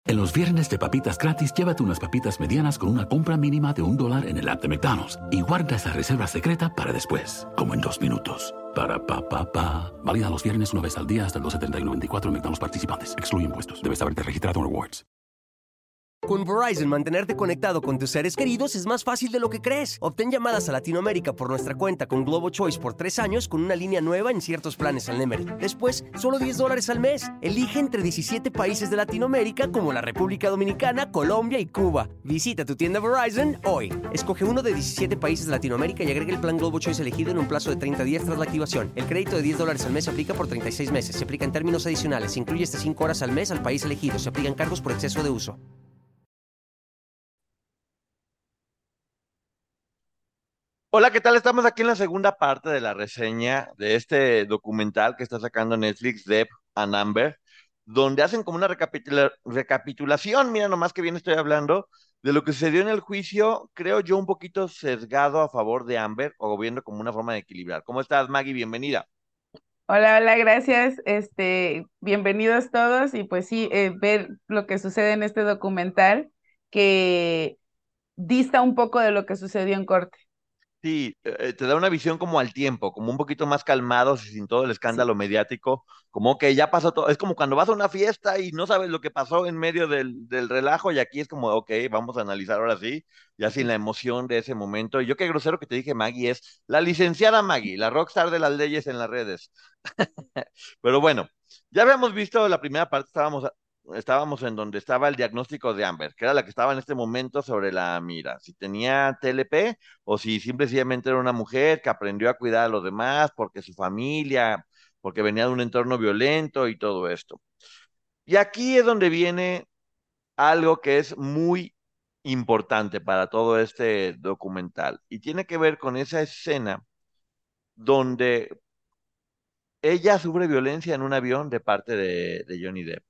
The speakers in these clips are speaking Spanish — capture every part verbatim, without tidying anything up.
En los viernes de papitas gratis, llévate unas papitas medianas con una compra mínima de un dólar en el app de McDonald's y guarda esa reserva secreta para después, como en dos minutos. Para pa pa pa. Válida los viernes una vez al día hasta el doce treinta y noventa y cuatro en McDonald's participantes. Excluye impuestos. Debes haberte registrado en Rewards. Con Verizon, mantenerte conectado con tus seres queridos es más fácil de lo que crees. Obtén llamadas a Latinoamérica por nuestra cuenta con Globo Choice por tres años con una línea nueva en ciertos planes al Nemery. Después, solo diez dólares al mes. Elige entre diecisiete países de Latinoamérica como la República Dominicana, Colombia y Cuba. Visita tu tienda Verizon hoy. Escoge uno de diecisiete países de Latinoamérica y agrega el plan Globo Choice elegido en un plazo de treinta días tras la activación. El crédito de diez dólares al mes se aplica por treinta y seis meses. Se aplica en términos adicionales. Se incluye hasta cinco horas al mes al país elegido. Se aplican cargos por exceso de uso. Hola, ¿qué tal? Estamos aquí en la segunda parte de la reseña de este documental que está sacando Netflix, Depp and Amber, donde hacen como una recapitula- recapitulación, mira nomás que bien estoy hablando, de lo que sucedió en el juicio, creo yo un poquito sesgado a favor de Amber o viendo como una forma de equilibrar. ¿Cómo estás, Maggie? Bienvenida. Hola, hola, gracias. Este, bienvenidos todos y pues sí, eh, ver lo que sucede en este documental que dista un poco de lo que sucedió en corte. Sí, eh, te da una visión como al tiempo, como un poquito más calmados y sin todo el Sí, escándalo mediático, como que ya pasó todo. Es como cuando vas a una fiesta y no sabes lo que pasó en medio del, del relajo y aquí es como, ok, vamos a analizar ahora sí, ya sin la emoción de ese momento. Y yo qué grosero que te dije, Maggie, es la licenciada Maggie, la rockstar de las leyes en las redes. Pero bueno, ya habíamos visto la primera parte, estábamos, estábamos en donde estaba el diagnóstico de Amber, que era la que estaba en este momento sobre la mira, si tenía T L P o si simplemente era una mujer que aprendió a cuidar a los demás porque su familia, porque venía de un entorno violento y todo esto. Y aquí es donde viene algo que es muy importante para todo este documental y tiene que ver con esa escena donde ella sufre violencia en un avión de parte de, de Johnny Depp.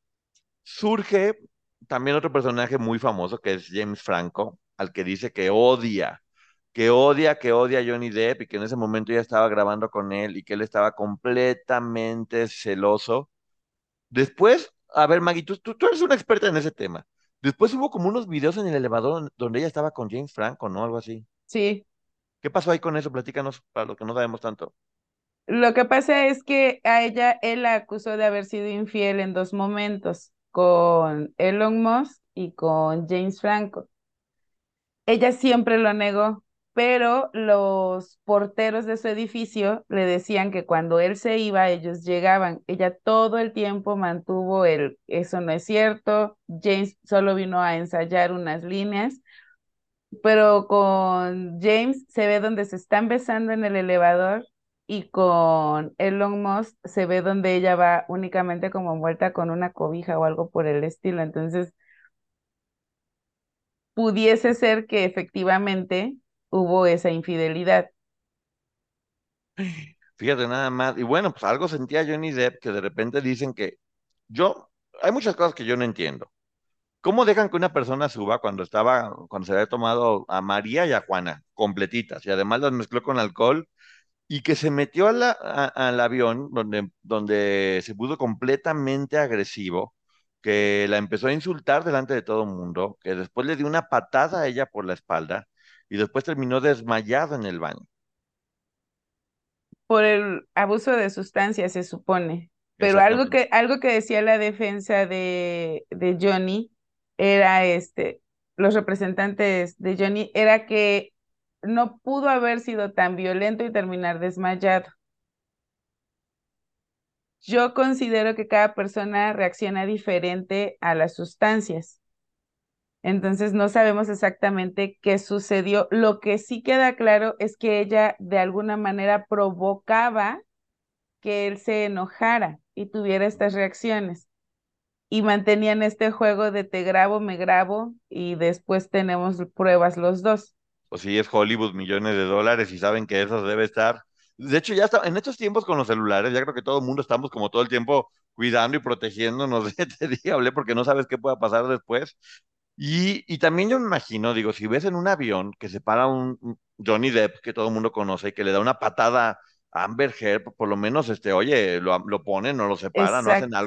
Surge también otro personaje muy famoso que es James Franco, al que dice que odia, que odia, que odia a Johnny Depp y que en ese momento ya estaba grabando con él y que él estaba completamente celoso. Después, a ver, Maggie, tú, tú, tú eres una experta en ese tema. Después hubo como unos videos en el elevador donde ella estaba con James Franco, ¿no? Algo así. sí. ¿Qué pasó ahí con eso? Platícanos para los que no sabemos tanto. Lo que pasa es que a ella, él la acusó de haber sido infiel en dos momentos, con Elon Musk y con James Franco. Ella siempre lo negó, pero los porteros de su edificio le decían que cuando él se iba, ellos llegaban. Ella todo el tiempo mantuvo el, eso no es cierto, James solo vino a ensayar unas líneas, pero con James se ve donde se están besando en el elevador y con Elon Musk se ve donde ella va únicamente como envuelta con una cobija o algo por el estilo. Entonces, pudiese ser que efectivamente hubo esa infidelidad. Fíjate nada más. Y bueno, pues algo sentía Johnny Depp que de repente dicen que yo, hay muchas cosas que yo no entiendo. ¿Cómo dejan que una persona suba cuando estaba, cuando se había tomado a María y a Juana completitas y además las mezcló con alcohol y que se metió a la- a- al avión donde, donde se puso completamente agresivo, que la empezó a insultar delante de todo el mundo, que después le dio una patada a ella por la espalda y después terminó desmayado en el baño? Por el abuso de sustancias, se supone. Pero algo Exactamente. que, algo que decía la defensa de, de Johnny era este, los representantes de Johnny, era que no pudo haber sido tan violento y terminar desmayado. Yo considero que cada persona reacciona diferente a las sustancias. Entonces no sabemos exactamente qué sucedió. Lo que sí queda claro es que ella de alguna manera provocaba que él se enojara y tuviera estas reacciones. Y mantenían este juego de te grabo, me grabo y después tenemos pruebas los dos. Pues sí, es Hollywood, millones de dólares y saben que eso debe estar. De hecho, ya está, en estos tiempos con los celulares, ya creo que todo el mundo estamos como todo el tiempo cuidando y protegiéndonos de este diable porque no sabes qué pueda pasar después. Y, y también yo me imagino, digo, si ves en un avión que se para un un Johnny Depp que todo el mundo conoce y que le da una patada a Amber Heard, por lo menos, este, oye, lo, lo ponen o lo separan o hacen Exacto. algo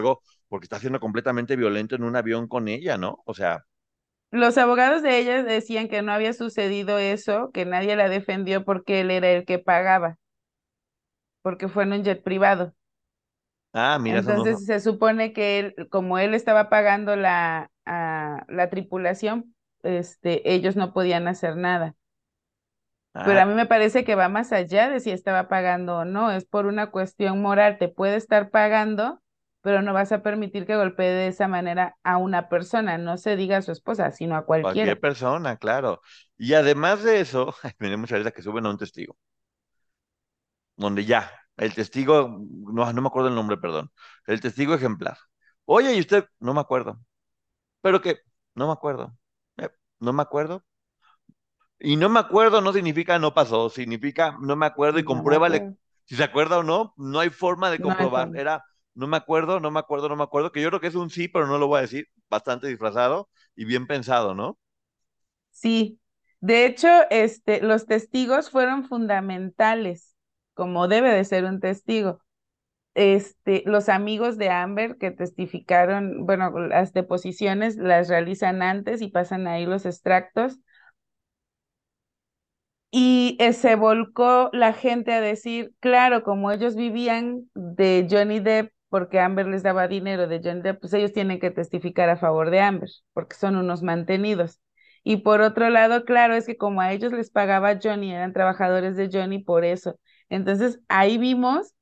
porque está siendo completamente violento en un avión con ella, ¿no? O sea, Los abogados de ella decían que no había sucedido eso, que nadie la defendió porque él era el que pagaba, porque fue en un jet privado. ah, mira, eso no, Entonces se supone que él, como él estaba pagando la, a la tripulación, este, ellos no podían hacer nada. Pero ah, a mí me parece que va más allá de si estaba pagando o no, es por una cuestión moral. Te puede estar pagando, pero no vas a permitir que golpee de esa manera a una persona, no se diga a su esposa, sino a cualquier cualquiera. persona, claro. Y además de eso, me da mucha risa que suben a un testigo, donde ya, el testigo, no, no me acuerdo el nombre, perdón, el testigo ejemplar. Oye, ¿y usted? No me acuerdo. ¿Pero qué? No me acuerdo. Eh, no me acuerdo. Y no me acuerdo no significa no pasó, significa no me acuerdo y No me compruébale acuerdo. si se acuerda o no. No hay forma de No hay comprobar. forma. Era no me acuerdo, no me acuerdo, no me acuerdo, que yo creo que es un sí, pero no lo voy a decir. Bastante disfrazado y bien pensado, ¿no? Sí, de hecho, este, los testigos fueron fundamentales, como debe de ser un testigo. Este, los amigos de Amber que testificaron, bueno, las deposiciones las realizan antes y pasan ahí los extractos. Y eh, se volcó la gente a decir, claro, como ellos vivían de Johnny Depp, porque Amber les daba dinero de Johnny Depp, pues ellos tienen que testificar a favor de Amber, porque son unos mantenidos. Y por otro lado, claro, es que como a ellos les pagaba Johnny, eran trabajadores de Johnny por eso. Entonces ahí vimos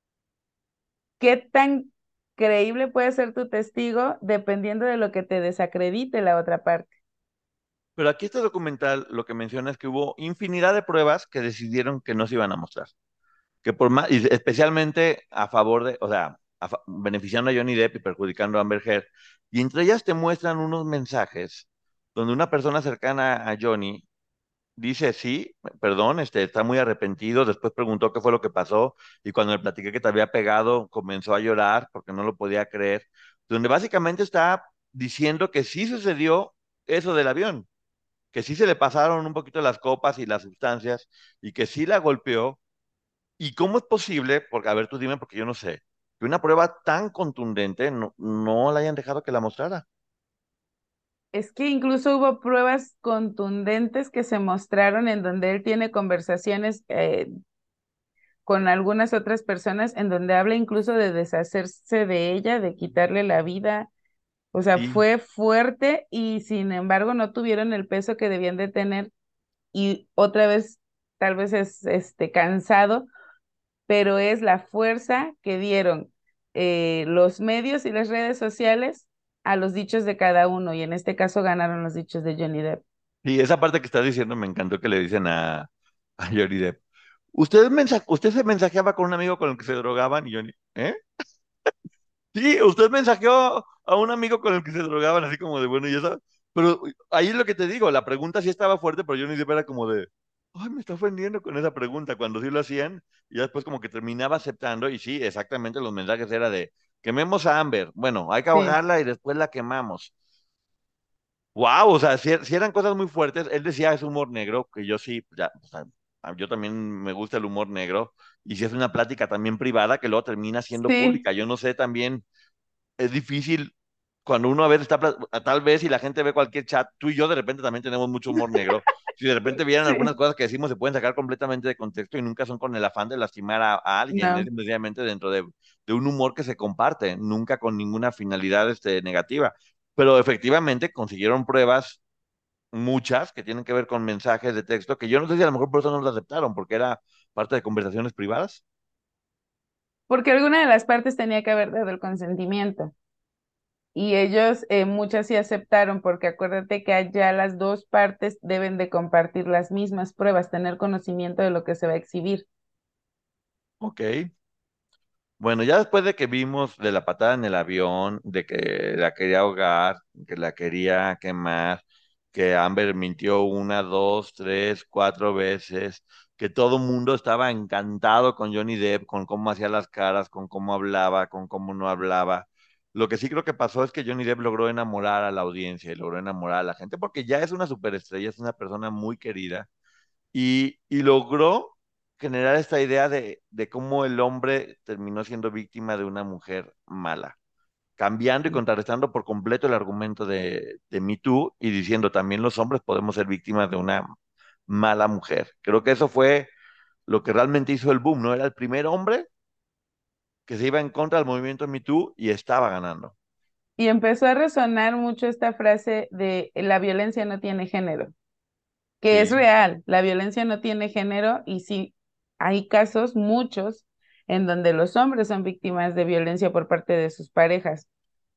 qué tan creíble puede ser tu testigo dependiendo de lo que te desacredite la otra parte. Pero aquí este documental lo que menciona es que hubo infinidad de pruebas que decidieron que no se iban a mostrar. Que por más, y especialmente a favor de, o sea, a fa- beneficiando a Johnny Depp y perjudicando a Amber Heard. Y entre ellas te muestran unos mensajes donde una persona cercana a Johnny dice, sí, perdón, este, está muy arrepentido, después preguntó qué fue lo que pasó y cuando le platiqué que te había pegado, comenzó a llorar porque no lo podía creer, donde básicamente está diciendo que sí sucedió eso del avión, que sí se le pasaron un poquito las copas y las sustancias y que sí la golpeó. ¿Y cómo es posible? Porque, a ver, tú dime, porque yo no sé, que una prueba tan contundente no, no la hayan dejado que la mostrara. Es que incluso hubo pruebas contundentes que se mostraron en donde él tiene conversaciones eh, con algunas otras personas en donde habla incluso de deshacerse de ella, de quitarle la vida. O sea, Sí, fue fuerte y sin embargo no tuvieron el peso que debían de tener y otra vez tal vez es este cansado, pero es la fuerza que dieron eh, los medios y las redes sociales a los dichos de cada uno y en este caso ganaron los dichos de Johnny Depp. sí, esa parte que estás diciendo me encantó que le dicen a, a Johnny Depp. ¿Usted, mensa- usted se mensajeaba con un amigo con el que se drogaban y Johnny, ¿eh? Sí, usted mensajeó a un amigo con el que se drogaban, así como de, bueno, y eso. Pero ahí es lo que te digo, la pregunta sí estaba fuerte, pero Johnny Depp era como de, ay, me está ofendiendo con esa pregunta, cuando sí lo hacían, y ya después como que terminaba aceptando, y sí, exactamente los mensajes era de, quememos a Amber, bueno, hay que Sí, ahogarla y después la quemamos. Wow, o sea, si, si eran cosas muy fuertes, él decía es humor negro, que yo sí, ya, o sea, yo también me gusta el humor negro, y si es una plática también privada que luego termina siendo sí, pública, yo no sé también es difícil cuando uno a veces está, pla- tal vez si la gente ve cualquier chat, tú y yo de repente también tenemos mucho humor negro. Si de repente vieran algunas sí, cosas que decimos se pueden sacar completamente de contexto y nunca son con el afán de lastimar a, a alguien, es no. simplemente dentro de, de un humor que se comparte, nunca con ninguna finalidad este, negativa. Pero efectivamente consiguieron pruebas, muchas, que tienen que ver con mensajes de texto, que yo no sé si a lo mejor por eso no las aceptaron, porque era parte de conversaciones privadas. Porque alguna de las partes tenía que haber dado el consentimiento. Y ellos, eh, muchas sí aceptaron, porque acuérdate que allá las dos partes deben de compartir las mismas pruebas, tener conocimiento de lo que se va a exhibir. Ok. Bueno, ya después de que vimos de la patada en el avión, de que la quería ahogar, que la quería quemar, que Amber mintió una, dos, tres, cuatro veces, que todo el mundo estaba encantado con Johnny Depp, con cómo hacía las caras, con cómo hablaba, con cómo no hablaba. Lo que sí creo que pasó es que Johnny Depp logró enamorar a la audiencia y logró enamorar a la gente, porque ya es una superestrella, es una persona muy querida y, y logró generar esta idea de, de cómo el hombre terminó siendo víctima de una mujer mala. cambiando y contrarrestando por completo el argumento de, de Me Too y diciendo también los hombres podemos ser víctimas de una mala mujer. Creo que eso fue lo que realmente hizo el boom, ¿no? Era el primer hombre que se iba en contra del movimiento Me Too y estaba ganando. Y empezó a resonar mucho esta frase de la violencia no tiene género, que es Sí, real, la violencia no tiene género y sí, hay casos, muchos, en donde los hombres son víctimas de violencia por parte de sus parejas.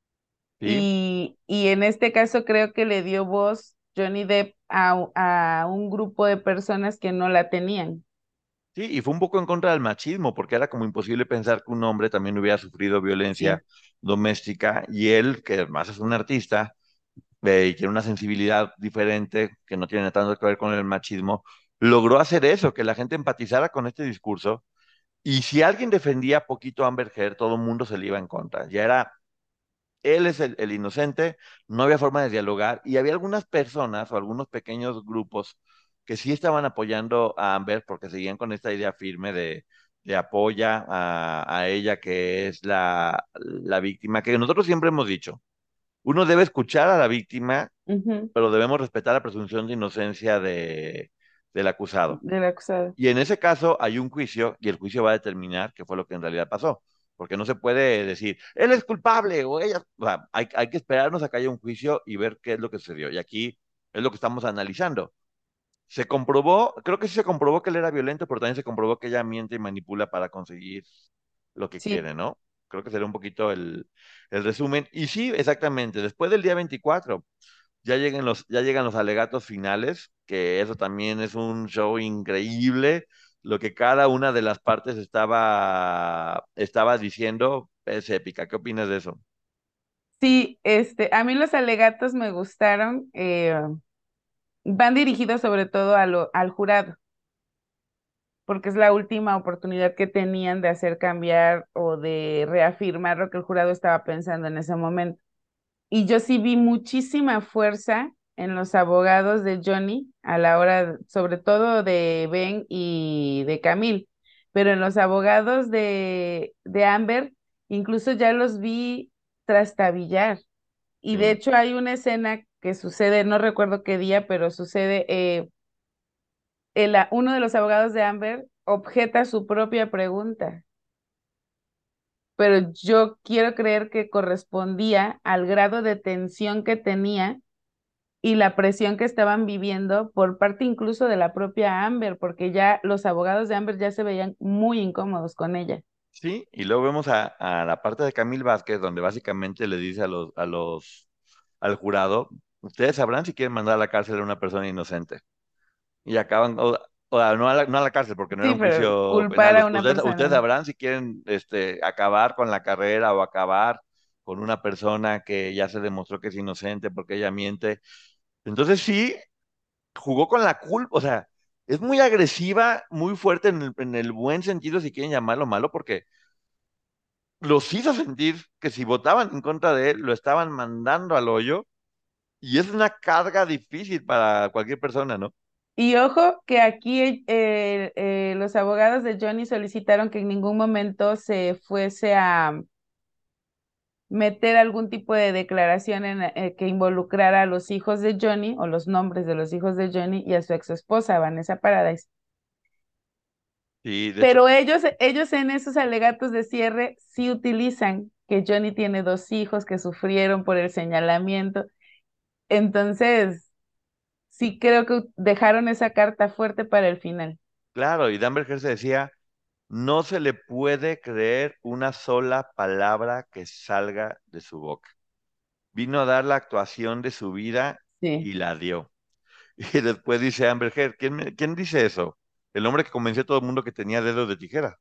sí. Y, y en este caso creo que le dio voz Johnny Depp a, u- a un grupo de personas que no la tenían. Sí, y fue un poco en contra del machismo, porque era como imposible pensar que un hombre también hubiera sufrido Sí. violencia doméstica y él, que además es un artista eh, y tiene una sensibilidad diferente que no tiene tanto que ver con el machismo, logró hacer eso, que la gente empatizara con este discurso. Y si alguien defendía poquito a Amber Heard, todo el mundo se le iba en contra. Ya era, él es el, el inocente, no había forma de dialogar y había algunas personas o algunos pequeños grupos que sí estaban apoyando a Amber porque seguían con esta idea firme de, de apoya a, a ella que es la, la víctima, que nosotros siempre hemos dicho, uno debe escuchar a la víctima, Ujú. pero debemos respetar la presunción de inocencia de, del acusado. Del acusado. Y en ese caso hay un juicio y el juicio va a determinar qué fue lo que en realidad pasó. Porque no se puede decir, él es culpable o ella. O sea, hay, hay que esperarnos a que haya un juicio y ver qué es lo que sucedió. Y aquí es lo que estamos analizando. Se comprobó, creo que sí se comprobó que él era violento, pero también se comprobó que ella miente y manipula para conseguir lo que Sí. quiere, ¿no? Creo que sería un poquito el, el resumen. Y sí, exactamente, después del día veinticuatro ya llegan los, ya llegan los alegatos finales, que eso también es un show increíble. Lo que cada una de las partes estaba, estaba diciendo es épica. ¿Qué opinas de eso? Sí, este, a mí los alegatos me gustaron, eh, van dirigidos sobre todo a lo- al jurado, porque es la última oportunidad que tenían de hacer cambiar o de reafirmar lo que el jurado estaba pensando en ese momento. Y yo sí vi muchísima fuerza en los abogados de Johnny a la hora, sobre todo de Ben y de Camille, pero en los abogados de, de Amber, incluso ya los vi trastabillar. Y de Sí. hecho hay una escena que sucede, no recuerdo qué día, pero sucede, eh, el- uno de los abogados de Amber objeta su propia pregunta, pero yo quiero creer que correspondía al grado de tensión que tenía y la presión que estaban viviendo por parte incluso de la propia Amber, porque ya los abogados de Amber ya se veían muy incómodos con ella. Sí, y luego vemos a, a la parte de Camil Vázquez, donde básicamente le dice a los, a los, al jurado, ustedes sabrán si quieren mandar a la cárcel a una persona inocente. Y acaban, o, o a- no, a la, no a la cárcel, porque no era Sí, un pero juicio culpar penal. a Us- una Ustedes, ustedes persona. sabrán si quieren este, acabar con la carrera o acabar con una persona que ya se demostró que es inocente porque ella miente. Entonces sí, jugó con la culpa, o sea, es muy agresiva, muy fuerte en el, en el buen sentido, si quieren llamarlo malo, porque los hizo sentir que si votaban en contra de él, lo estaban mandando al hoyo, y es una carga difícil para cualquier persona, ¿no? Y ojo que aquí eh, eh, los abogados de Johnny solicitaron que en ningún momento se fuese a meter algún tipo de declaración en, eh, que involucrara a los hijos de Johnny o los nombres de los hijos de Johnny y a su ex esposa, Vanessa Paradise. Y de hecho, Pero ellos, ellos en esos alegatos de cierre sí utilizan que Johnny tiene dos hijos que sufrieron por el señalamiento. Entonces, sí creo que dejaron esa carta fuerte para el final. claro, y Danberger se decía, no se le puede creer una sola palabra que salga de su boca. Vino a dar la actuación de su vida Sí. y la dio. Y después dice Amber Heard, ¿quién, me- quién dice eso? El hombre que convenció a todo el mundo que tenía dedos de tijera.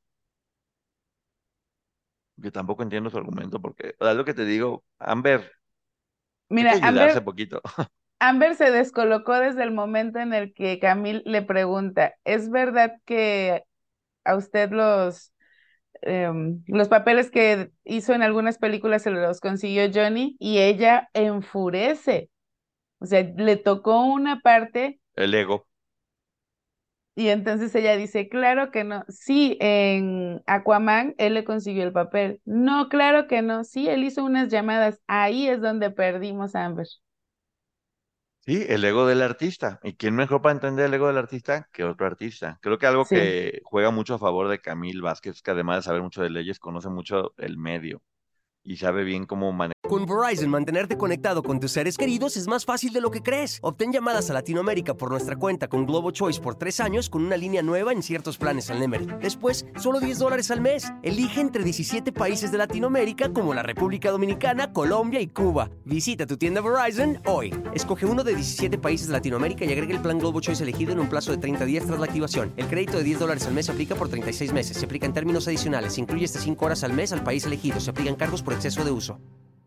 Yo tampoco entiendo su argumento porque, o sea, es lo que te digo, Amber, hay que Mira, ayudarse Amber, poquito. Amber se descolocó desde el momento en el que Camille le pregunta, ¿es verdad que a usted los, em, los papeles que hizo en algunas películas se los consiguió Johnny? Y ella enfurece. O sea, le tocó una parte El ego. Y entonces ella dice, claro que no. Sí, en Aquaman él le consiguió el papel. No, claro que no. Sí, él hizo unas llamadas. Ahí es donde perdimos a Amber. Sí, el ego del artista. ¿Y quién mejor para entender el ego del artista que otro artista? Creo que algo Sí. que juega mucho a favor de Camil Vázquez, que además de saber mucho de leyes, conoce mucho el medio y sabe bien cómo manejar. Con Verizon, mantenerte conectado con tus seres queridos es más fácil de lo que crees. Obtén llamadas a Latinoamérica por nuestra cuenta con Globo Choice por tres años con una línea nueva en ciertos planes al Nemery. Después, solo diez dólares al mes. Elige entre diecisiete países de Latinoamérica como la República Dominicana, Colombia y Cuba. Visita tu tienda Verizon hoy. Escoge uno de diecisiete países de Latinoamérica y agrega el plan Globo Choice elegido en un plazo de treinta días tras la activación. El crédito de diez dólares al mes se aplica por treinta y seis meses. Se aplica en términos adicionales. Se incluye hasta cinco horas al mes al país elegido. Se aplican cargos por exceso de uso.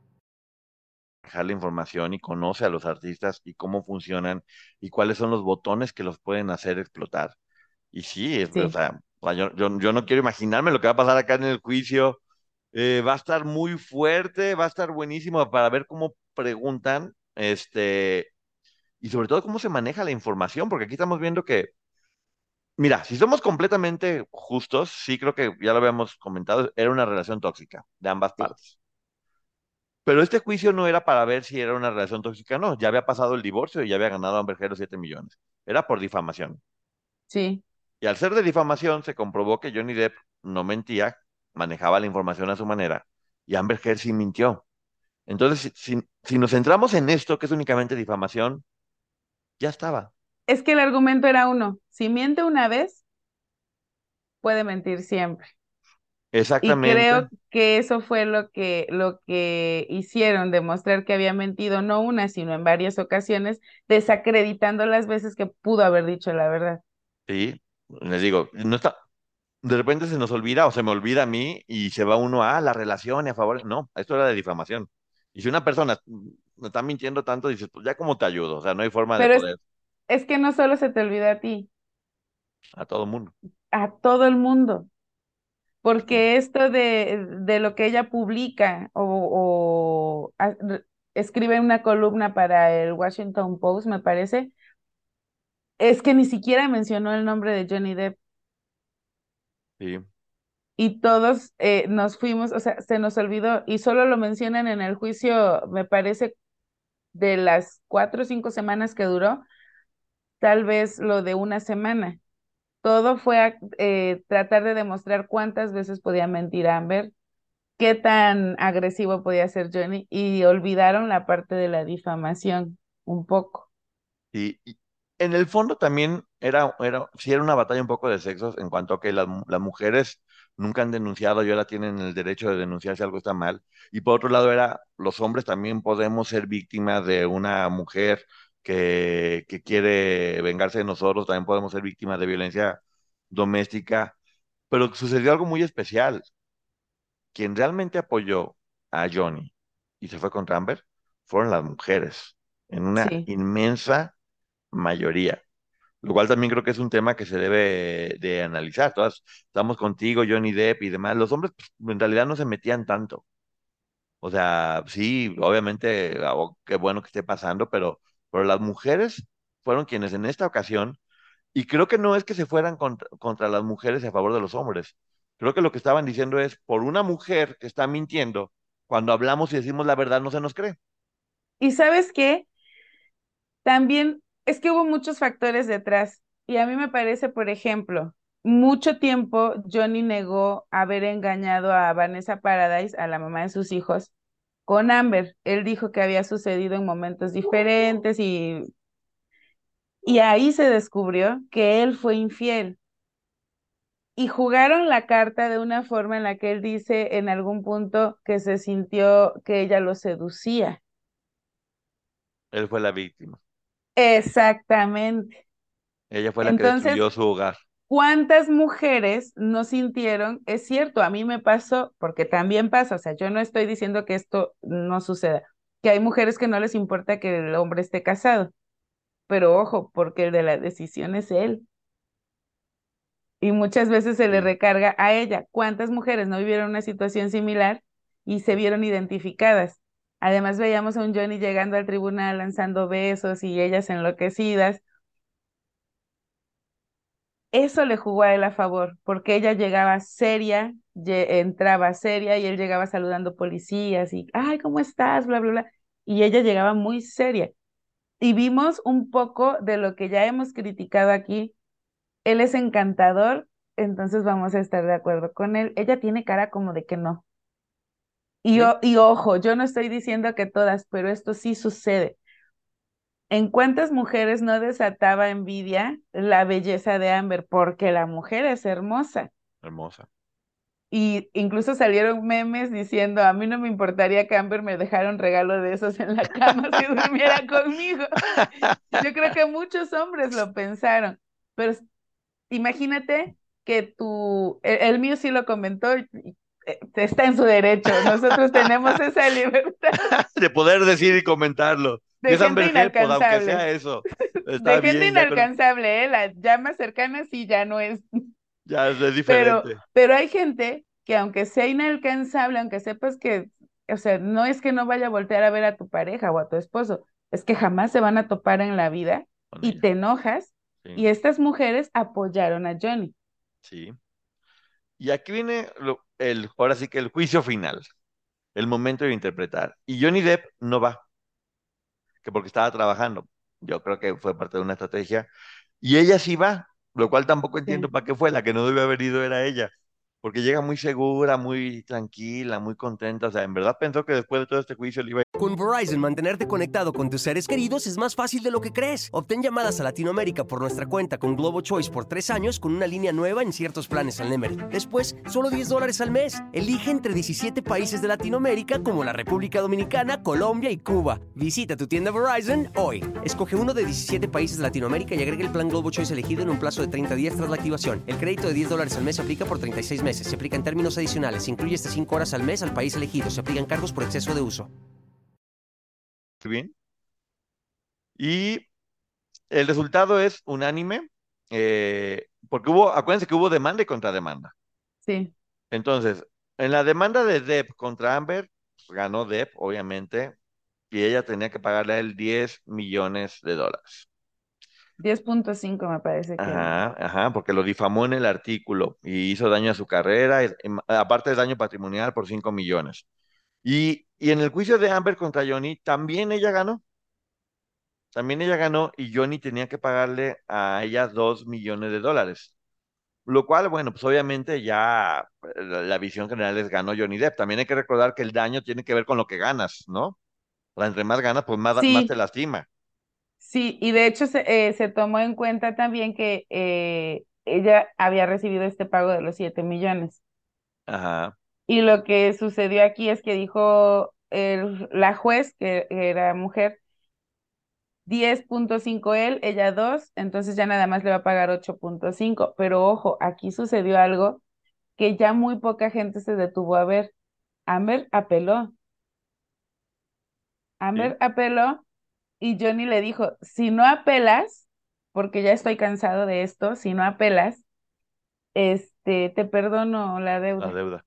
La información y conoce a los artistas y cómo funcionan y cuáles son los botones que los pueden hacer explotar. Y sí, es- o Sí. sea, o sea, yo, yo, yo no quiero imaginarme lo que va a pasar acá en el juicio. Eh, va a estar muy fuerte, va a estar buenísimo para ver cómo preguntan, este, y sobre todo cómo se maneja la información, porque aquí estamos viendo que, mira, si somos completamente justos, sí creo que ya lo habíamos comentado, era una relación tóxica de ambas Sí. partes. Pero este juicio no era para ver si era una relación tóxica, no. Ya había pasado el divorcio y ya había ganado Amber Heard los siete millones. Era por difamación. Sí. Y al ser de difamación, se comprobó que Johnny Depp no mentía, manejaba la información a su manera, y Amber Heard sí mintió. Entonces, si, si, si nos centramos en esto, que es únicamente difamación, ya estaba. Es que el argumento era uno. Si miente una vez, puede mentir siempre. Y creo Exactamente. que eso fue lo que, lo que hicieron, demostrar que había mentido no una, sino en varias ocasiones, desacreditando las veces que pudo haber dicho la verdad. Sí, les digo, no está, de repente se nos olvida o se me olvida a mí y se va uno a la relación y a favor. No, esto era de difamación. Y si una persona me está mintiendo tanto, dices, pues ya cómo te ayudo. O sea, no hay forma de Pero es, poder es que no solo se te olvida a ti, a todo mundo. a todo el mundo, Sí, porque esto de, de lo que ella publica o, o a- re- escribe una columna para el Washington Post, me parece, es que ni siquiera mencionó el nombre de Johnny Depp. sí, Y todos eh, nos fuimos, o sea, se nos olvidó y solo lo mencionan en el juicio, me parece, de las cuatro o cinco semanas que duró, tal vez lo de una semana. Todo fue a eh, tratar de demostrar cuántas veces podía mentir Amber, qué tan agresivo podía ser Johnny y olvidaron la parte de la difamación un poco. sí. Y en el fondo también era, era, sí era una batalla un poco de sexos en cuanto a que las, mu- las mujeres nunca han denunciado y ahora tienen el derecho de denunciar si algo está mal. Y por otro lado era, los hombres también podemos ser víctimas de una mujer que, que quiere vengarse de nosotros, también podemos ser víctimas de violencia doméstica. Pero sucedió algo muy especial. Quien realmente apoyó a Johnny y se fue contra Amber fueron las mujeres, en una Sí. inmensa mayoría. Lo cual también creo que es un tema que se debe de analizar. Todas estamos contigo, Johnny Depp y demás. Los hombres pues, en realidad no se metían tanto. O sea, sí, obviamente, ah, oh, qué bueno que esté pasando, pero, pero las mujeres fueron quienes en esta ocasión, y creo que no es que se fueran contra, contra las mujeres y a favor de los hombres. Creo que lo que estaban diciendo es, por una mujer que está mintiendo, cuando hablamos y decimos la verdad no se nos cree. ¿Y sabes qué? También es que hubo muchos factores detrás y a mí me parece, por ejemplo, mucho tiempo Johnny negó haber engañado a Vanessa Paradise, a la mamá de sus hijos, con Amber. Él dijo que había sucedido en momentos diferentes y, y ahí se descubrió que él fue infiel. Y jugaron la carta de una forma en la que él dice en algún punto que se sintió que ella lo seducía. Él fue la víctima. Exactamente. Ella fue la que Entonces, destruyó su hogar. ¿cuántas mujeres no sintieron? Es cierto, a mí me pasó, porque también pasa, o sea, yo no estoy diciendo que esto no suceda, que hay mujeres que no les importa que el hombre esté casado, pero ojo, porque el de la decisión es él. Y muchas veces se le Sí. recarga a ella. ¿Cuántas mujeres no vivieron una situación similar y se vieron identificadas? Además, veíamos a un Johnny llegando al tribunal lanzando besos y ellas enloquecidas. eso le jugó a él a favor, porque ella llegaba seria, lle- entraba seria y él llegaba saludando policías y, ay, ¿cómo estás? Bla, bla, bla. Y ella llegaba muy seria. Y vimos un poco de lo que ya hemos criticado aquí. Él es encantador, entonces vamos a estar de acuerdo con él. Ella tiene cara como de que no. Y, ¿Sí? o- y ojo, yo no estoy diciendo que todas, pero esto sí sucede. ¿En cuántas mujeres no desataba envidia la belleza de Amber? Porque la mujer es hermosa. Hermosa. Y incluso salieron memes diciendo, a mí no me importaría que Amber me dejara un regalo de esos en la cama si durmiera conmigo. Yo creo que muchos hombres lo pensaron, pero s- imagínate que tú, el, el mío sí lo comentó, y- y, eh, está en su derecho, nosotros tenemos esa libertad De poder decir y comentarlo. Si de es gente Amber Heard, pues aunque inalcanzable, sea eso, está de gente bien, ya con, inalcanzable, ¿eh? La llama cercana sí ya no es. ya es, es Pero, diferente. pero hay gente que aunque sea inalcanzable, aunque sepas que, o sea, no es que no vaya a voltear a ver a tu pareja o a tu esposo, es que jamás se van a topar en la vida Con y ella. te enojas. Sí, Y estas mujeres apoyaron a Johnny. sí. Y aquí viene lo- el, ahora sí que el juicio final, el momento de interpretar. Y Johnny Depp no va, que porque estaba trabajando. Yo creo que fue parte de una estrategia. Y ella sí va, lo cual tampoco entiendo Sí. para qué fue. La que no debe haber ido era ella. Porque llega muy segura, muy tranquila, muy contenta. O sea, en verdad pensó que después de todo este juicio le iba a... Con Verizon, mantenerte conectado con tus seres queridos es más fácil de lo que crees. Obtén llamadas a Latinoamérica por nuestra cuenta con Globo Choice por tres años con una línea nueva en ciertos planes al Nemery. Después, solo diez dólares al mes. Elige entre diecisiete países de Latinoamérica como la República Dominicana, Colombia y Cuba. Visita tu tienda Verizon hoy. Escoge uno de diecisiete países de Latinoamérica y agrega el plan Globo Choice elegido en un plazo de treinta días tras la activación. El crédito de diez dólares al mes se aplica por treinta y seis meses. Se aplica en términos adicionales. Se incluye hasta cinco horas al mes al país elegido. Se aplican cargos por exceso de uso. Bien. Y el resultado es unánime, eh, porque hubo, acuérdense que hubo demanda y contrademanda. Sí, Entonces, en la demanda de Depp contra Amber, pues, ganó Depp, obviamente, y ella tenía que pagarle a él diez millones de dólares. diez punto cinco me parece que era. Ajá, ajá, porque lo difamó en el artículo y hizo daño a su carrera, y- y aparte de daño patrimonial por cinco millones. Y, y en el juicio de Amber contra Johnny, también ella ganó. También ella ganó y Johnny tenía que pagarle a ella dos millones de dólares. Lo cual, bueno, pues obviamente ya eh, la, la visión general es ganó Johnny Depp. También hay que recordar que el daño tiene que ver con lo que ganas, ¿no? O sea, entre más ganas, pues más, más te Sí, lastima. sí, y de hecho se, eh, se tomó en cuenta también que eh, ella había recibido este pago de los siete millones. Ajá, Y lo que sucedió aquí es que dijo el- la juez, que era mujer, diez punto cinco él, ella dos, entonces ya nada más le va a pagar ocho punto cinco. Pero ojo, aquí sucedió algo que ya muy poca gente se detuvo a ver. Amber apeló, sí. Amber apeló y Johnny le dijo, si no apelas, porque ya estoy cansado de esto, si no apelas, este, te perdono la La deuda. deuda.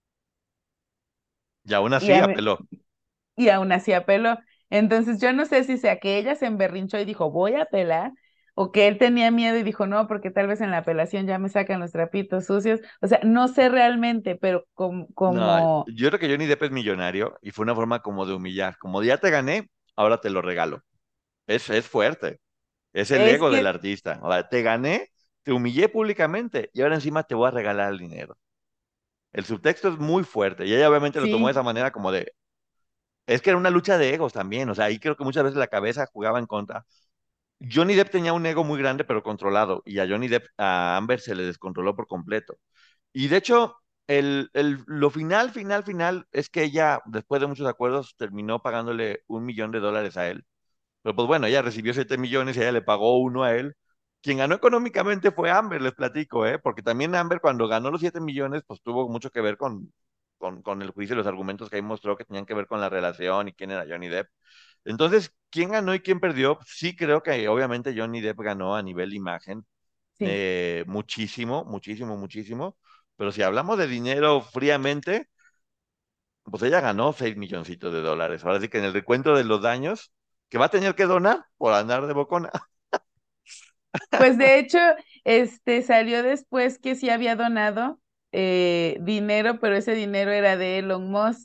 Y aún Y, así a mí- apeló. y aún así apeló. Entonces yo no sé si sea que ella se emberrinchó y dijo, voy a apelar, o que él tenía miedo y dijo, no, porque tal vez en la apelación ya me sacan los trapitos sucios. O sea, no sé realmente, pero como, No, como, yo creo que Johnny Depp es millonario y fue una forma como de humillar. Como ya te gané, ahora te lo regalo. Es, es fuerte. Es el es ego del que, artista. O sea, te gané, te humillé públicamente y ahora encima te voy a regalar el dinero. El subtexto es muy fuerte y ella obviamente lo tomó de sí, esa manera como de, es que era una lucha de egos también, o sea, ahí creo que muchas veces la cabeza jugaba en contra. Johnny Depp tenía un ego muy grande pero controlado y a Johnny Depp, a Amber se le descontroló por completo. Y de hecho, el, el- lo final, final, final es que ella, después de muchos acuerdos, terminó pagándole un millón de dólares a él. Pero pues bueno, ella recibió siete millones y ella le pagó uno a él. Quien ganó económicamente fue Amber, les platico, ¿eh? Porque también Amber cuando ganó los siete millones, pues tuvo mucho que ver con, con, con el juicio y los argumentos que ahí mostró que tenían que ver con la relación y quién era Johnny Depp. Entonces, ¿quién ganó y quién perdió? Sí creo que obviamente Johnny Depp ganó a nivel imagen, sí. eh, muchísimo, muchísimo, muchísimo. Pero si hablamos de dinero fríamente, pues ella ganó seis milloncitos de dólares. Ahora sí que en el recuento de los daños que va a tener que donar por andar de bocona. Pues de hecho, Este salió después que sí había donado eh, dinero, pero ese dinero era de Elon Musk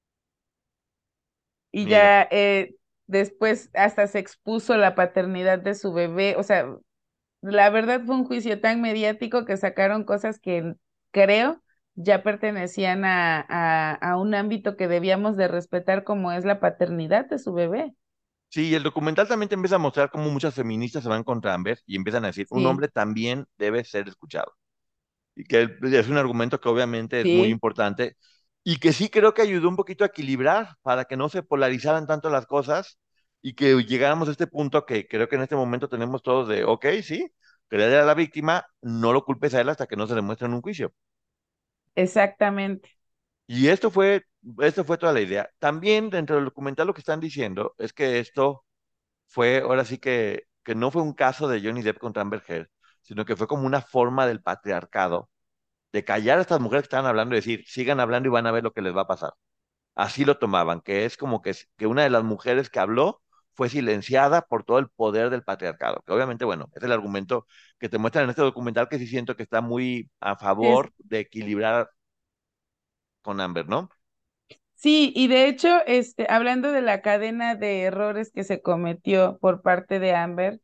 y Mira, ya eh, después hasta se expuso la paternidad de su bebé. O sea, la verdad fue un juicio tan mediático que sacaron cosas que creo ya pertenecían a, a, a un ámbito que debíamos de respetar como es la paternidad de su bebé. sí, el documental también te empieza a mostrar cómo muchas feministas se van contra Amber y empiezan a decir, un Sí, hombre también debe ser escuchado. Y que es un argumento que obviamente es muy sí, importante y que sí creo que ayudó un poquito a equilibrar para que no se polarizaran tanto las cosas y que llegáramos a este punto que creo que en este momento tenemos todos de, ok, sí, creer a la víctima, no lo culpes a él hasta que no se demuestre en un juicio. exactamente. Y esto fue, esto fue toda la idea. También dentro del documental lo que están diciendo es que esto fue, ahora sí que, que no fue un caso de Johnny Depp contra Amber Heard, sino que fue como una forma del patriarcado de callar a estas mujeres que estaban hablando y decir, sigan hablando y van a ver lo que les va a pasar. Así lo tomaban, que es como que, que una de las mujeres que habló fue silenciada por todo el poder del patriarcado, que obviamente, bueno, es el argumento que te muestran en este documental que sí siento que está muy a Sí, es- favor de equilibrar con Amber, ¿no? sí, y de hecho, este, hablando de la cadena de errores que se cometió por parte de Amber,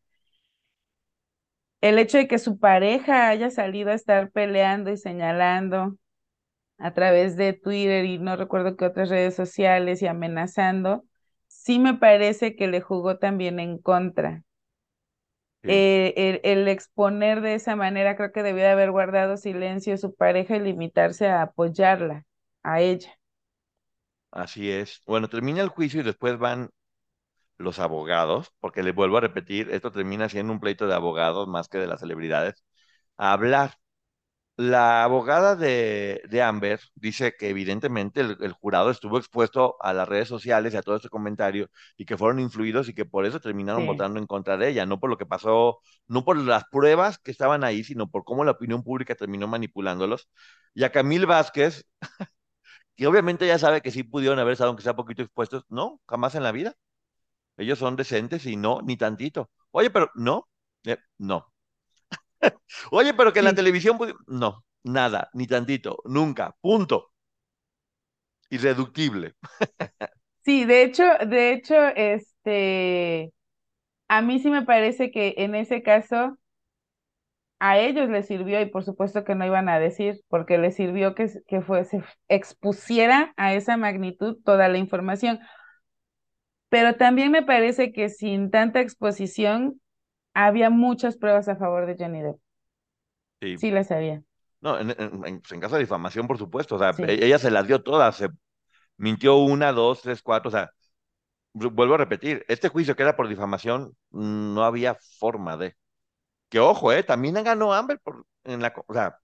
el hecho de que su pareja haya salido a estar peleando y señalando a través de Twitter y no recuerdo qué otras redes sociales y amenazando, sí me parece que le jugó también en contra. Sí, Eh, el, el exponer de esa manera, creo que debió de haber guardado silencio su pareja y limitarse a apoyarla, a ella. así es. Bueno, termina el juicio y después van los abogados, porque les vuelvo a repetir, esto termina siendo un pleito de abogados más que de las celebridades, a hablar. La abogada de, de Amber dice que evidentemente el, el jurado estuvo expuesto a las redes sociales y a todo este comentario y que fueron influidos y que por eso terminaron Sí, votando en contra de ella, no por lo que pasó, no por las pruebas que estaban ahí, sino por cómo la opinión pública terminó manipulándolos. Y a Camil Vázquez, que obviamente ya sabe que sí pudieron haber estado aunque sea poquito expuestos, no, jamás en la vida. Ellos son decentes y no, ni tantito. Oye, pero no, eh, no. Oye, pero que en la sí, televisión, pudi- no, nada, ni tantito, nunca, punto. Irreductible. sí, de hecho, de hecho, este, a mí sí me parece que en ese caso a ellos les sirvió y por supuesto que no iban a decir, porque les sirvió que, que fue, se expusiera a esa magnitud toda la información. Pero también me parece que sin tanta exposición había muchas pruebas a favor de Johnny Depp. Sí. Sí las había, No, en, en- en- pues, en caso de difamación, por supuesto. O sea, sí. e- ella se las dio todas. Se mintió una, dos, tres, cuatro. O sea, vu- vuelvo a repetir, este juicio que era por difamación, mm, no había forma de. Que ojo, eh, también ganó Amber por, en la, co- o sea,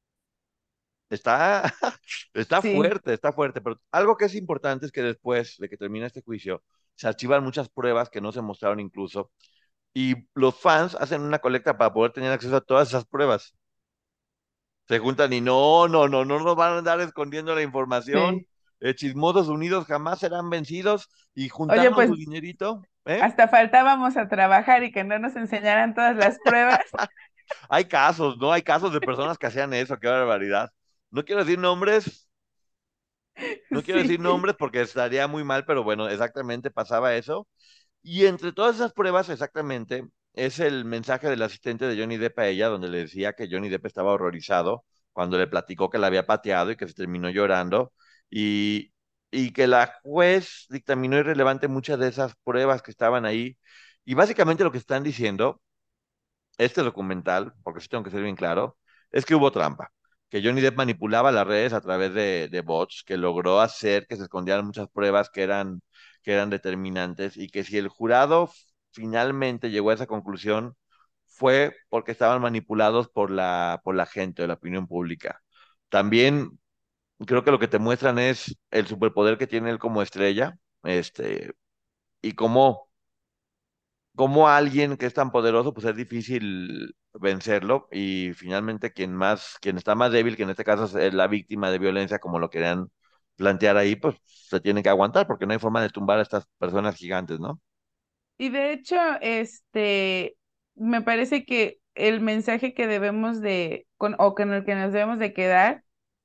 está, está Sí, fuerte, está fuerte. Pero algo que es importante es que después de que termine este juicio, se archivan muchas pruebas que no se mostraron incluso. Y los fans hacen una colecta para poder tener acceso a todas esas pruebas. Se juntan y no, no, no, no nos van a andar escondiendo la información. sí. Eh, chismosos unidos jamás serán vencidos y Oye, juntarnos pues su dinerito, ¿eh? hasta faltábamos a trabajar y que no nos enseñaran todas las pruebas. Hay casos, ¿no? Hay casos de personas que hacían eso, qué barbaridad. No quiero decir nombres, no quiero Sí, decir nombres porque estaría muy mal, pero bueno, exactamente pasaba eso. Y entre todas esas pruebas, exactamente, es el mensaje del asistente de Johnny Depp a ella, donde le decía que Johnny Depp estaba horrorizado cuando le platicó que la había pateado y que se terminó llorando, y, y que la juez dictaminó irrelevante muchas de esas pruebas que estaban ahí. Y básicamente lo que están diciendo este documental, porque sí tengo que ser bien claro, es que hubo trampa, que Johnny Depp manipulaba las redes a través de, de bots, que logró hacer que se escondieran muchas pruebas que eran, que eran determinantes y que si el jurado finalmente llegó a esa conclusión fue porque estaban manipulados por la, por la gente o la opinión pública. También creo que lo que te muestran es el superpoder que tiene él como estrella, este, y cómo como alguien que es tan poderoso, pues es difícil vencerlo y finalmente quien más, quien está más débil, que en este caso es la víctima de violencia, como lo querían plantear ahí, pues se tiene que aguantar porque no hay forma de tumbar a estas personas gigantes, ¿no? y de hecho, este, me parece que el mensaje que debemos de, con, o con el que nos debemos de quedar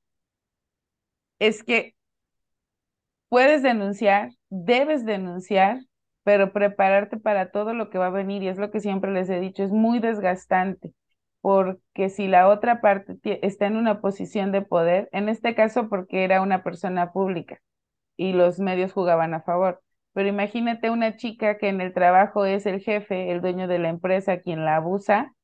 es que puedes denunciar, debes denunciar, pero prepararte para todo lo que va a venir, y es lo que siempre les he dicho, es muy desgastante, porque si la otra parte tie- está en una posición de poder, en este caso porque era una persona pública y los medios jugaban a favor, pero imagínate una chica que en el trabajo es el jefe, el dueño de la empresa, quien la abusa,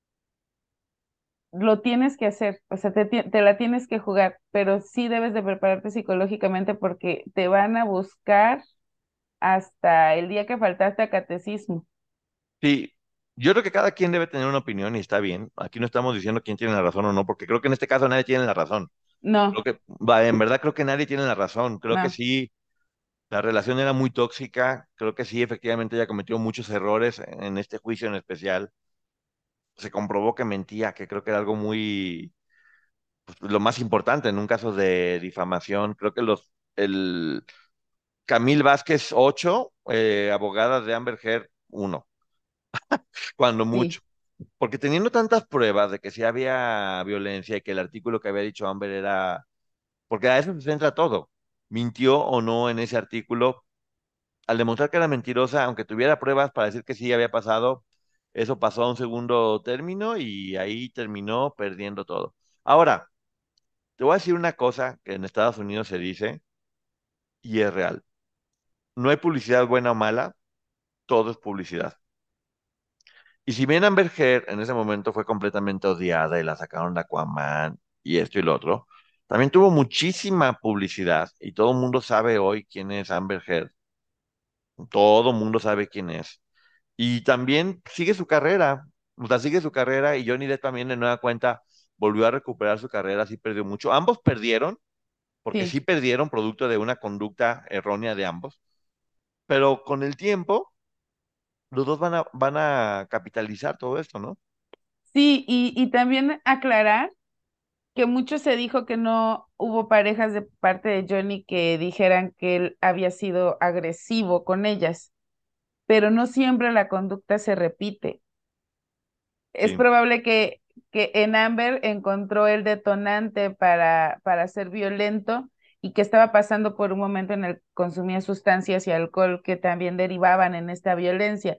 lo tienes que hacer, o sea, te, ti- te la tienes que jugar, pero sí debes de prepararte psicológicamente porque te van a buscar hasta el día que faltaste a catecismo. Sí, yo creo que cada quien debe tener una opinión y está bien. Aquí no estamos diciendo quién tiene la razón o no, porque creo que en este caso nadie tiene la razón. Creo No, que, va, en verdad creo que nadie tiene la razón. Creo que no, sí, la relación era muy tóxica. Creo que sí, efectivamente ella cometió muchos errores en este juicio en especial. Se comprobó que mentía, que creo que era algo muy, pues, lo más importante en un caso de difamación. Creo que los, el Camil Vázquez ocho, eh, abogada de Amber Heard uno, cuando sí, mucho. Porque teniendo tantas pruebas de que sí había violencia y que el artículo que había dicho Amber era, porque a eso se centra todo, mintió o no en ese artículo, al demostrar que era mentirosa, aunque tuviera pruebas para decir que sí había pasado, eso pasó a un segundo término y ahí terminó perdiendo todo. Ahora, te voy a decir una cosa que en Estados Unidos se dice y es real. No hay publicidad buena o mala, todo es publicidad. Y si bien Amber Heard en ese momento fue completamente odiada y la sacaron de Aquaman y esto y lo otro, también tuvo muchísima publicidad y todo el mundo sabe hoy quién es Amber Heard. Todo el mundo sabe quién es. Y también sigue su carrera, o sea, sigue su carrera y Johnny Depp también de nueva cuenta volvió a recuperar su carrera, sí perdió mucho. Ambos perdieron, porque sí. sí perdieron producto de una conducta errónea de ambos, pero con el tiempo los dos van a, van a capitalizar todo esto, ¿no? Sí, y, y también aclarar que mucho se dijo que no hubo parejas de parte de Johnny que dijeran que él había sido agresivo con ellas, pero no siempre la conducta se repite. Es Sí. probable que, que en Amber encontró el detonante para, para ser violento y que estaba pasando por un momento en el que consumía sustancias y alcohol que también derivaban en esta violencia.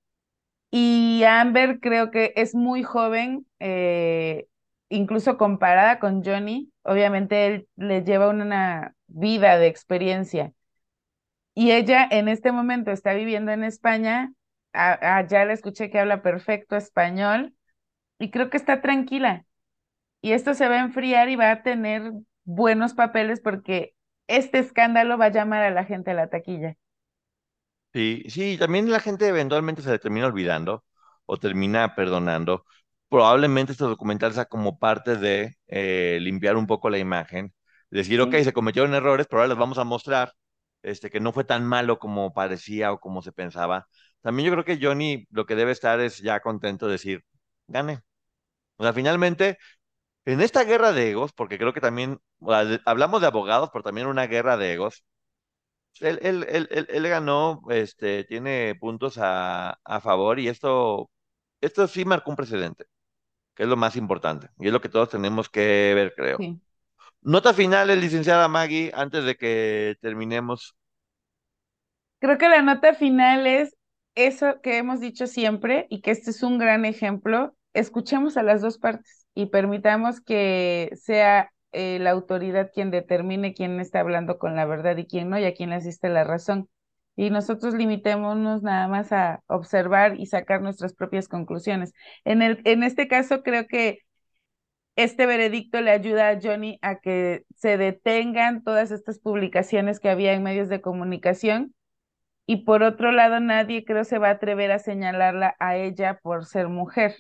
Y Amber creo que es muy joven, eh, incluso comparada con Johnny. Obviamente él le lleva una vida de experiencia. Y ella en este momento está viviendo en España. A- allá la escuché que habla perfecto español y creo que está tranquila. Y esto se va a enfriar y va a tener buenos papeles porque este escándalo va a llamar a la gente a la taquilla. Sí, sí, también la gente eventualmente se le termina olvidando o termina perdonando. Probablemente este documental sea como parte de eh, limpiar un poco la imagen, decir, ok, Sí, se cometieron errores, pero ahora les vamos a mostrar este, que no fue tan malo como parecía o como se pensaba. También yo creo que Johnny lo que debe estar es ya contento de decir, gane. O sea, finalmente, en esta guerra de egos, porque creo que también, o sea, de- hablamos de abogados, pero también una guerra de egos. Él, él, él, él- él ganó, este, tiene puntos a, a favor y esto, esto sí marcó un precedente, que es lo más importante y es lo que todos tenemos que ver, creo. sí. Nota final, licenciada Maggie, antes de que terminemos. Creo que la nota final es eso que hemos dicho siempre y que este es un gran ejemplo. Escuchemos a las dos partes y permitamos que sea eh, la autoridad quien determine quién está hablando con la verdad y quién no, y a quién le asiste la razón. Y nosotros limitémonos nada más a observar y sacar nuestras propias conclusiones. En el, en este caso, creo que este veredicto le ayuda a Johnny a que se detengan todas estas publicaciones que había en medios de comunicación y por otro lado, nadie creo se va a atrever a señalarla a ella por ser mujer.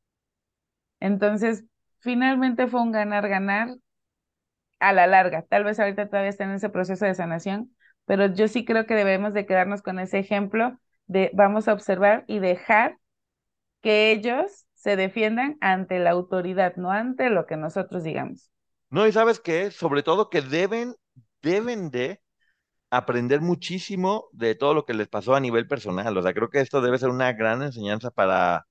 Entonces, finalmente fue un ganar-ganar a la larga. Tal vez ahorita todavía está en ese proceso de sanación, pero yo sí creo que debemos de quedarnos con ese ejemplo de vamos a observar y dejar que ellos se defiendan ante la autoridad, no ante lo que nosotros digamos. No, y sabes qué, sobre todo que deben, deben de aprender muchísimo de todo lo que les pasó a nivel personal. O sea, creo que esto debe ser una gran enseñanza para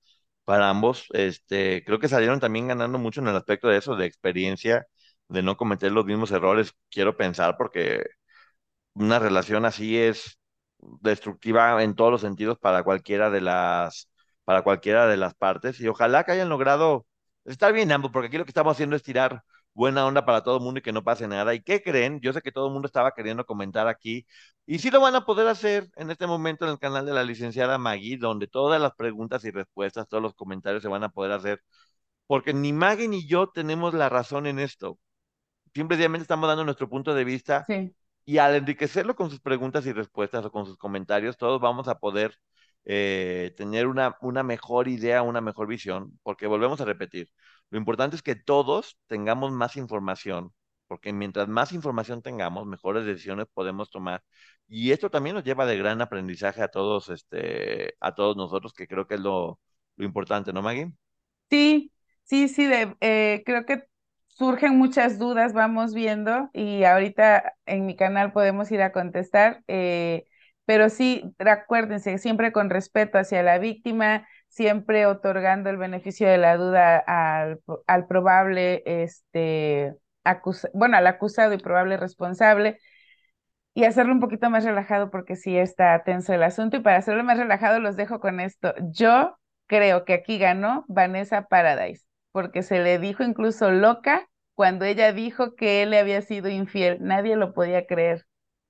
para ambos. Este, creo que salieron también ganando mucho en el aspecto de eso, de experiencia, de no cometer los mismos errores, quiero pensar, porque una relación así es destructiva en todos los sentidos para cualquiera de las, para cualquiera de las partes. Y ojalá que hayan logrado estar bien ambos, porque aquí lo que estamos haciendo es tirar buena onda para todo el mundo y que no pase nada. ¿Y qué creen? Yo sé que todo el mundo estaba queriendo comentar aquí, y sí lo van a poder hacer en este momento en el canal de la licenciada Maggie, donde todas las preguntas y respuestas, todos los comentarios se van a poder hacer, porque ni Maggie ni yo tenemos la razón en esto. Simplemente estamos dando nuestro punto de vista, Sí. y al enriquecerlo con sus preguntas y respuestas o con sus comentarios, todos vamos a poder eh, tener una, una mejor idea, una mejor visión, porque volvemos a repetir, lo importante es que todos tengamos más información, porque mientras más información tengamos, mejores decisiones podemos tomar. Y esto también nos lleva de gran aprendizaje a todos, este, a todos nosotros, que creo que es lo, lo importante, ¿no, Maggie? Sí, sí, sí, de, eh, creo que surgen muchas dudas, vamos viendo, y ahorita en mi canal podemos ir a contestar, eh, pero sí, recuérdense, siempre con respeto hacia la víctima, siempre otorgando el beneficio de la duda al, al probable, este, acusa- bueno, al acusado y probable responsable, y hacerlo un poquito más relajado porque sí está tenso el asunto. Y para hacerlo más relajado los dejo con esto. Yo creo que aquí ganó Vanessa Paradise, porque se le dijo incluso loca cuando ella dijo que él le había sido infiel. Nadie lo podía creer.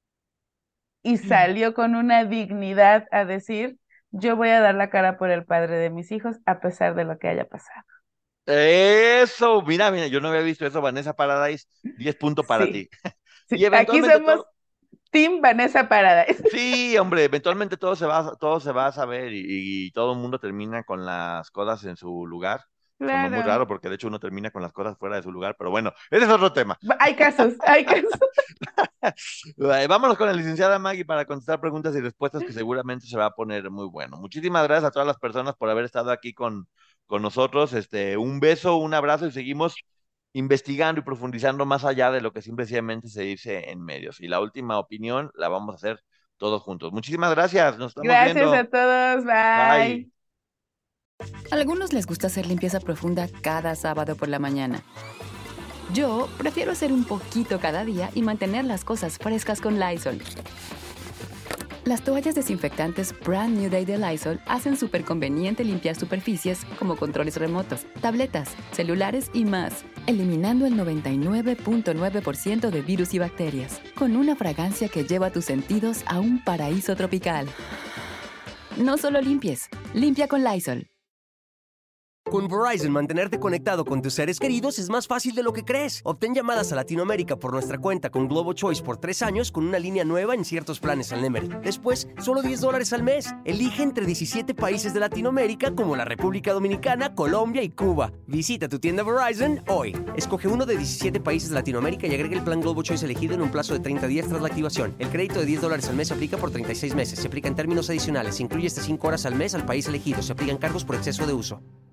Y salió con una dignidad a decir, yo voy a dar la cara por el padre de mis hijos a pesar de lo que haya pasado. Eso, mira, mira, yo no había visto eso, Vanessa Paradise, diez puntos para Sí, ti. Y sí, aquí eventualmente somos todo, Team Vanessa Paradise. sí, hombre, eventualmente todo se va, todo se va a saber, y, y todo el mundo termina con las cosas en su lugar. Sonó muy Claro. raro porque de hecho uno termina con las cosas fuera de su lugar, pero bueno, ese es otro tema. Hay casos, hay casos. Eh, Vámonos con la licenciada Maggie para contestar preguntas y respuestas, que seguramente se va a poner muy bueno. Muchísimas gracias a todas las personas por haber estado aquí con, con nosotros. Este, un beso, un abrazo, y seguimos investigando y profundizando más allá de lo que simplemente se dice en medios. Y la última opinión la vamos a hacer todos juntos. Muchísimas gracias, nos estamos Gracias a viendo. todos, Bye. bye. A algunos les gusta hacer limpieza profunda cada sábado por la mañana. Yo prefiero hacer un poquito cada día y mantener las cosas frescas con Lysol. Las toallas desinfectantes Brand New Day de Lysol hacen súper conveniente limpiar superficies como controles remotos, tabletas, celulares y más, eliminando el noventa y nueve punto nueve por ciento de virus y bacterias, con una fragancia que lleva tus sentidos a un paraíso tropical. No solo limpies, limpia con Lysol. Con Verizon, mantenerte conectado con tus seres queridos es más fácil de lo que crees. Obtén llamadas a Latinoamérica por nuestra cuenta con Globo Choice por tres años con una línea nueva en ciertos planes al Nemery. Después, solo diez dólares al mes. Elige entre diecisiete países de Latinoamérica como la República Dominicana, Colombia y Cuba. Visita tu tienda Verizon hoy. Escoge uno de diecisiete países de Latinoamérica y agrega el plan Globo Choice elegido en un plazo de treinta días tras la activación. El crédito de diez dólares al mes se aplica por treinta y seis meses. Se aplica en términos adicionales. Se incluye hasta cinco horas al mes al país elegido. Se aplican cargos por exceso de uso.